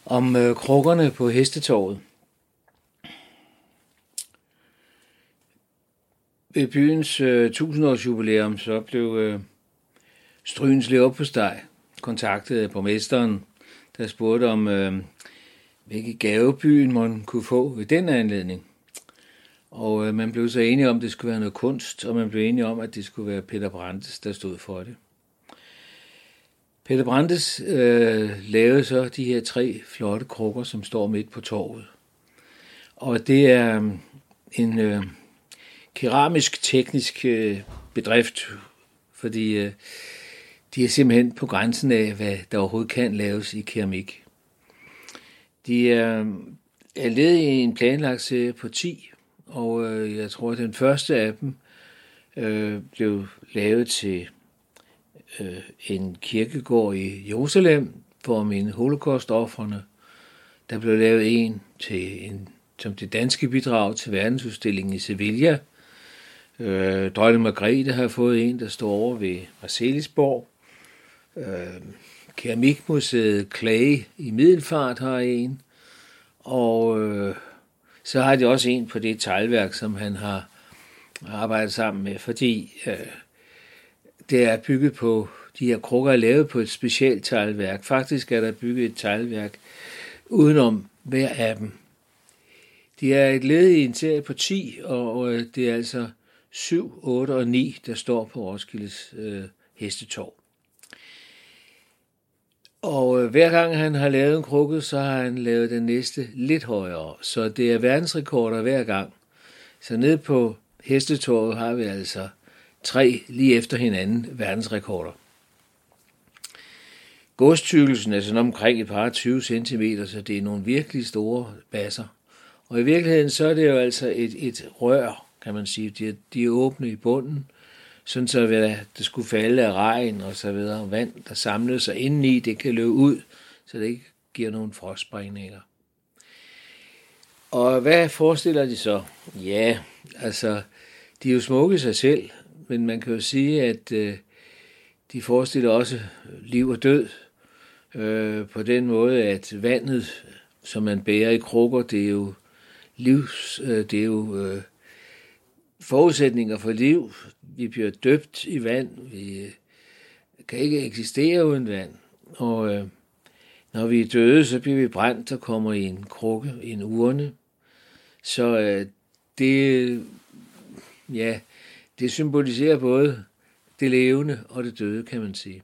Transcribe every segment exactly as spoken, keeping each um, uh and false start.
om øh, krukkerne på Hestetorvet. Ved byens øh, tusindårs jubilæum så blev øh, Strygens leverpostej kontaktet af borgmesteren, der spurgte om, øh, hvilke gave byen man kunne få ved den anledning. Og øh, man blev så enige om, at det skulle være noget kunst, og man blev enige om, at det skulle være Peter Brandes, der stod for det. Peter Brandes øh, lavede så de her tre flotte krukker, som står midt på torvet. Og det er en øh, keramisk-teknisk øh, bedrift, fordi øh, de er simpelthen på grænsen af, hvad der overhovedet kan laves i keramik. De er, er ledet i en planlagt serie på ti, og øh, jeg tror, at den første af dem øh, blev lavet til øh, en kirkegård i Jerusalem for at minde holocaust-ofrene. Der blev lavet en til en, som det danske bidrag til verdensudstillingen i Sevilla. Øh, Dronning Margrethe har fået en, der står over ved Marselisborg. Øh, Keramikmuseet Clay i Middelfart har en. Og øh, så har de også en på det teglværk, som han har arbejdet sammen med, fordi øh, det er bygget på, de her krukker er lavet på et specielt teglværk. Faktisk er der bygget et teglværk udenom hver af dem. De er et led i en serie på ti, og øh, det er altså syv, otte og ni, der står på Roskildes øh, hestetorv. Og øh, hver gang han har lavet en krukke, så har han lavet den næste lidt højere. Så det er verdensrekorder hver gang. Så nede på hestetorvet har vi altså tre lige efter hinanden verdensrekorder. Godstykkelsen er sådan omkring et par tyve centimeter, så det er nogle virkelig store basser. Og i virkeligheden så er det jo altså et, et rør, kan man sige. De er, de er åbne i bunden, sådan så det skulle falde af regn og så videre. Vand, der samler sig indeni, det kan løbe ud, så det ikke giver nogen frostsprængninger. Og hvad forestiller de så? Ja, altså, de er jo smukke i sig selv, men man kan jo sige, at øh, de forestiller også liv og død øh, på den måde, at vandet, som man bærer i krukker, det er jo livs, øh, det er jo øh, forudsætninger for liv. Vi bliver døbt i vand, vi øh, kan ikke eksistere uden vand, og øh, når vi er døde, så bliver vi brændt og kommer i en krukke, i en urne. Så øh, det, ja, det symboliserer både det levende og det døde, kan man sige.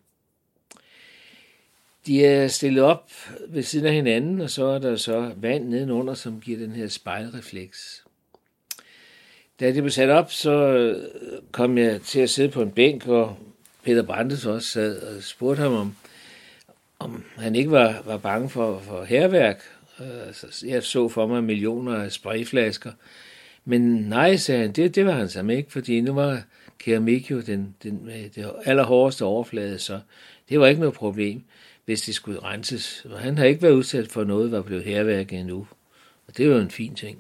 De er stillet op ved siden af hinanden, og så er der så vand nedenunder, som giver den her spejlrefleks. Da det blev sat op, så kom jeg til at sidde på en bænk, og Peter Brandes også sad og spurgte ham, om, om han ikke var, var bange for, for hærværk. Jeg så for mig millioner af sprayflasker. Men nej, sagde han, det, det var han sammen ikke, fordi nu var keramik jo den, den, det allerhårdeste overflade, så det var ikke noget problem, hvis det skulle renses. Og han har ikke været udsat for noget, der var blevet hærværk endnu. Og det var jo en fin ting.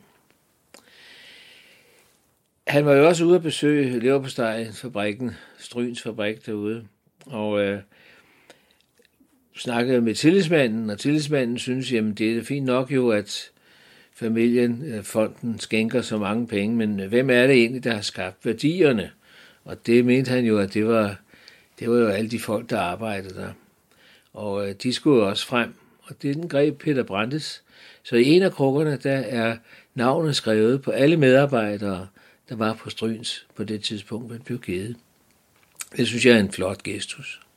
Han var jo også ude at besøge leverpostejfabrikken, Strygens fabrik derude, og øh, snakkede med tillidsmanden, og tillidsmanden synes, jamen det er fint nok jo, at familien, fonden skænker så mange penge, men hvem er det egentlig, der har skabt værdierne? Og det mente han jo, at det var, det var jo alle de folk, der arbejdede der. Og øh, de skulle jo også frem, og det er den greb Peter Brandes. Så i en af krukkerne, der er navnet skrevet på alle medarbejdere, der var på Strygens på det tidspunkt, man blev givet. Det synes jeg er en flot gestus.